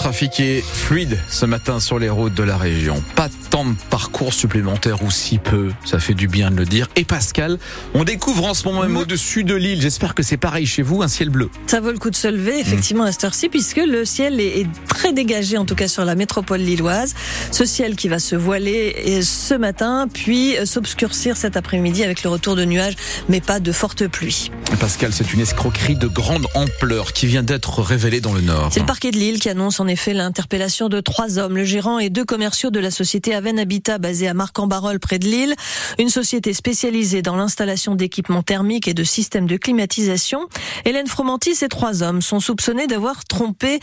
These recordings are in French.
trafic est fluide ce matin sur les routes de la région. Pas tant de parcours supplémentaires ou si peu, ça fait du bien de le dire. Et Pascal, on découvre en ce moment même au-dessus de l'île, j'espère que c'est pareil chez vous, un ciel bleu. Ça vaut le coup de se lever effectivement à cette heure-ci puisque le ciel est très dégagé en tout cas sur la métropole lilloise. Ce ciel qui va se voiler ce matin puis s'obscurcir cet après-midi avec le retour de nuages mais pas de fortes pluies. Pascal, c'est une escroquerie de grande ampleur qui vient d'être révélée dans le Nord. C'est le parquet de Lille qui annonce en effet l'interpellation de 3 hommes, le gérant et 2 commerciaux de la société Aven Habitat basée à Marc-en-Barœul près de Lille, une société spécialisée dans l'installation d'équipements thermiques et de systèmes de climatisation. Hélène Fromanti, ces 3 hommes sont soupçonnés d'avoir trompé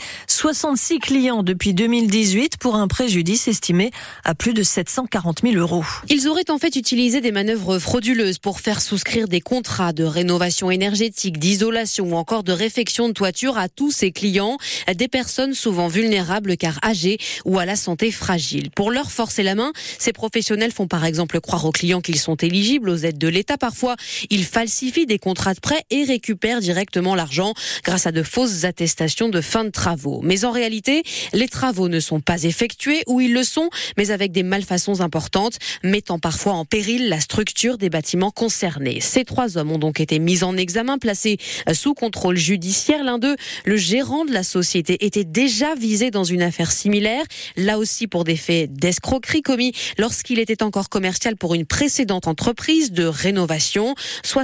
66 clients depuis 2018 pour un préjudice estimé à plus de 740 000 €. Ils auraient en fait utilisé des manœuvres frauduleuses pour faire souscrire des contrats de rénovation énergétique, d'isolation ou encore de réfection de toiture à tous ces clients, des personnes souvent vulnérables car âgées ou à la santé fragile. Pour leur forcer la main, ces professionnels font par exemple croire aux clients qu'ils sont éligibles aux aides de l'État. Parfois, ils falsifient des contrats de prêt et récupèrent directement l'argent grâce à de fausses attestations de fin de travaux. Mais en réalité, les travaux ne sont pas effectués ou ils le sont, mais avec des malfaçons importantes, mettant parfois en péril la structure des bâtiments concernés. Ces 3 hommes ont donc été mis en examen, placés sous contrôle judiciaire. L'un d'eux, le gérant de la société, était déjà visé dans une affaire similaire, là aussi pour des faits d'escroquerie commis lorsqu'il était encore commercial pour une précédente entreprise de rénovation.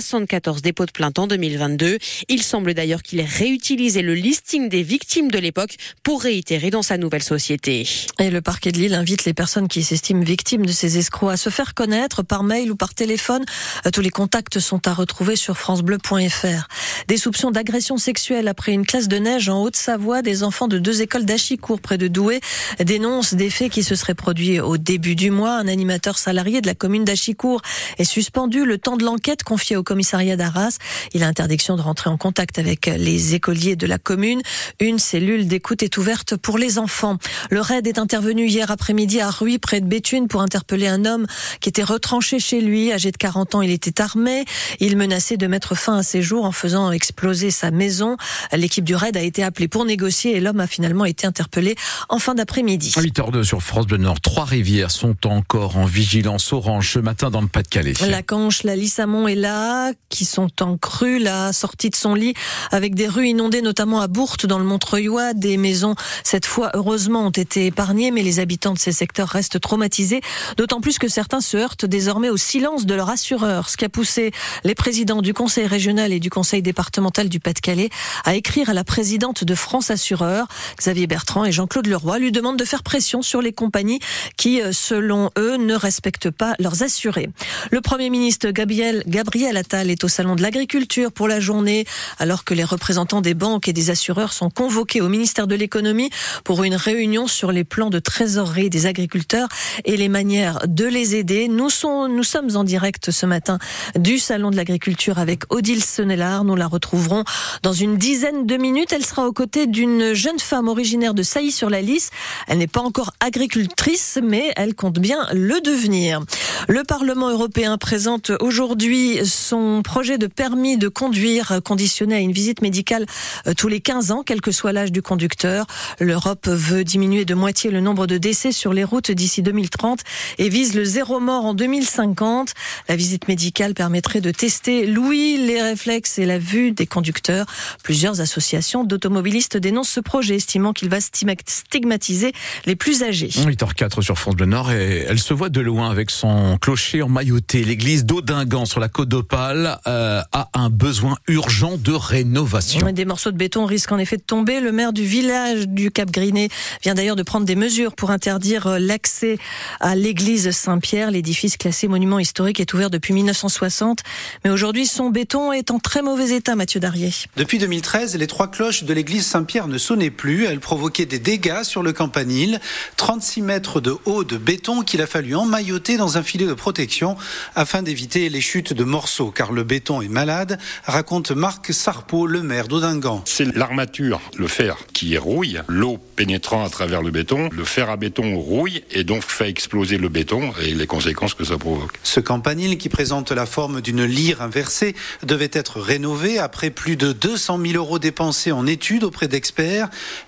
74 dépôts de plainte en 2022. Il semble d'ailleurs qu'il ait réutilisé le listing des victimes de l'époque pour réitérer dans sa nouvelle société. Et le parquet de Lille invite les personnes qui s'estiment victimes de ces escrocs à se faire connaître par mail ou par téléphone. Tous les contacts sont à retrouver sur francebleu.fr. Des soupçons d'agression sexuelle après une classe de neige en Haute-Savoie. Des enfants de 2 écoles d'Achicourt près de Douai dénoncent des faits qui se seraient produits au début du mois. Un animateur salarié de la commune d'Achicourt est suspendu le temps de l'enquête confiée au commissariat d'Arras. Il a interdiction de rentrer en contact avec les écoliers de la commune. Une cellule d'écoute est ouverte pour les enfants. Le raid est intervenu hier après-midi à Ruy près de Béthune pour interpeller un homme qui était retranché chez lui. Âgé de 40 ans, il était armé. Il menaçait de mettre fin à ses jours en faisant exploser sa maison. L'équipe du raid a été appelée pour négocier et l'homme a finalement été interpellé en fin d'après-midi. 8h02 sur France Bleu Nord. 3 rivières sont encore en vigilance orange ce matin dans le Pas-de-Calais. La Canche, la Lissamont et la qui sont en crue, la sortie de son lit avec des rues inondées, notamment à Bourte dans le Montreuilois. Des maisons, cette fois, heureusement, ont été épargnées, mais les habitants de ces secteurs restent traumatisés, d'autant plus que certains se heurtent désormais au silence de leur assureur, ce qui a poussé les présidents du conseil régional et du conseil départemental du Pas-de-Calais à écrire à la présidente de France Assureur, Xavier Bertrand, et Jean-Claude Leroy lui demandent de faire pression sur les compagnies qui, selon eux, ne respectent pas leurs assurés. Le Premier ministre Gabriel Attal est au Salon de l'Agriculture pour la journée, alors que les représentants des banques et des assureurs sont convoqués au ministère de l'Économie pour une réunion sur les plans de trésorerie des agriculteurs et les manières de les aider. Nous sommes en direct ce matin du Salon de l'Agriculture avec Odile Senelard. Nous la retrouverons dans une dizaine de minutes. Elle sera aux côtés d'une jeune femme originaire de Sailly-sur-la-Lys. Elle n'est pas encore agricultrice, mais elle compte bien le devenir. Le Parlement européen présente aujourd'hui son projet de permis de conduire conditionné à une visite médicale tous les 15 ans, quel que soit l'âge du conducteur. L'Europe veut diminuer de moitié le nombre de décès sur les routes d'ici 2030 et vise le 0 mort en 2050. La visite médicale permettrait de tester l'ouïe, les réflexes et la vue des conducteurs. Plusieurs associations d'automobilistes dénoncent ce projet, estimant qu'il va stigmatiser les plus âgés. 8h04 sur France Bleu Nord et elle se voit de loin avec son clocher emmailloté. L'église d'Audingan sur la côte d'Opale a un besoin urgent de rénovation. Des morceaux de béton risquent en effet de tomber. Le maire du village du Cap-Griné vient d'ailleurs de prendre des mesures pour interdire l'accès à l'église Saint-Pierre. L'édifice classé monument historique est ouvert depuis 1960. Mais aujourd'hui, son béton est en très mauvais état, Mathieu Darrier. Depuis 2013, les 3 cloches de l'église Saint-Pierre ne sonnaient plus. Elles provoquaient des dégâts sur le campanile. 36 mètres de haut de béton qu'il a fallu emmailloter dans un filet de protection afin d'éviter les chutes de morceaux, car le béton est malade, raconte Marc Sarpeau, le maire d'Audingan. C'est l'armature, le fer, qui rouille, l'eau pénétrant à travers le béton, le fer à béton rouille et donc fait exploser le béton et les conséquences que ça provoque. Ce campanile, qui présente la forme d'une lyre inversée, devait être rénové après plus de 200 000 € dépensés en études auprès d'experts, mais vu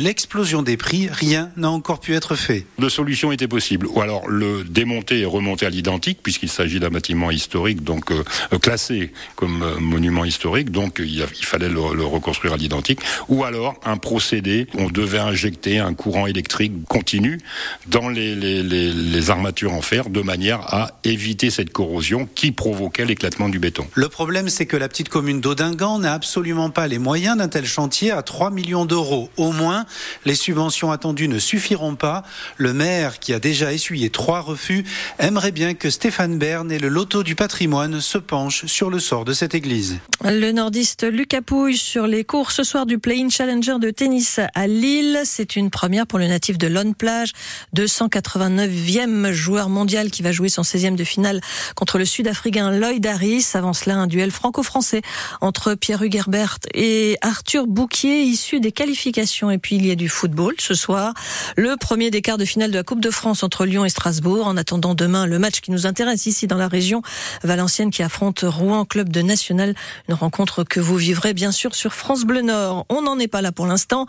l'explosion des prix, rien n'a encore pu être fait. Deux solutions étaient possibles. Ou alors le démonter et remonter à l'identique, puisqu'il s'agit d'un bâtiment historique, donc classé comme monument historique, donc il fallait le reconstruire à l'identique. Ou alors un procédé, on devait injecter un courant électrique continu dans les armatures en fer, de manière à éviter cette corrosion qui provoquait l'éclatement du béton. Le problème, c'est que la petite commune d'Audingan n'a absolument pas les moyens d'un tel chantier à 3 millions d'euros. Au moins, les subventions attendues ne suffiront pas. Le maire, qui a déjà essuyé 3 refus, aimerait bien que Stéphane Bern et le loto du patrimoine se penchent sur le sort de cette église. Le nordiste Lucas Pouille sur les cours ce soir du Play-in Challenger de tennis à Lille. C'est une première pour le natif de Lonne-Plage, 289e joueur mondial qui va jouer son 16e de finale contre le Sud-Africain Lloyd Harris. Avant cela, un duel franco-français entre Pierre-Hugues Herbert et Arthur Bouquier, issu des qualifications. Et puis il y a du football ce soir. Le premier des quarts de finale de la Coupe de France entre Lyon et Strasbourg. En attendant demain, le match qui nous intéresse ici dans la région, Valenciennes qui affronte Rouen, club de national. Une rencontre que vous vivrez bien sûr sur France Bleu Nord. On n'en est pas là pour l'instant.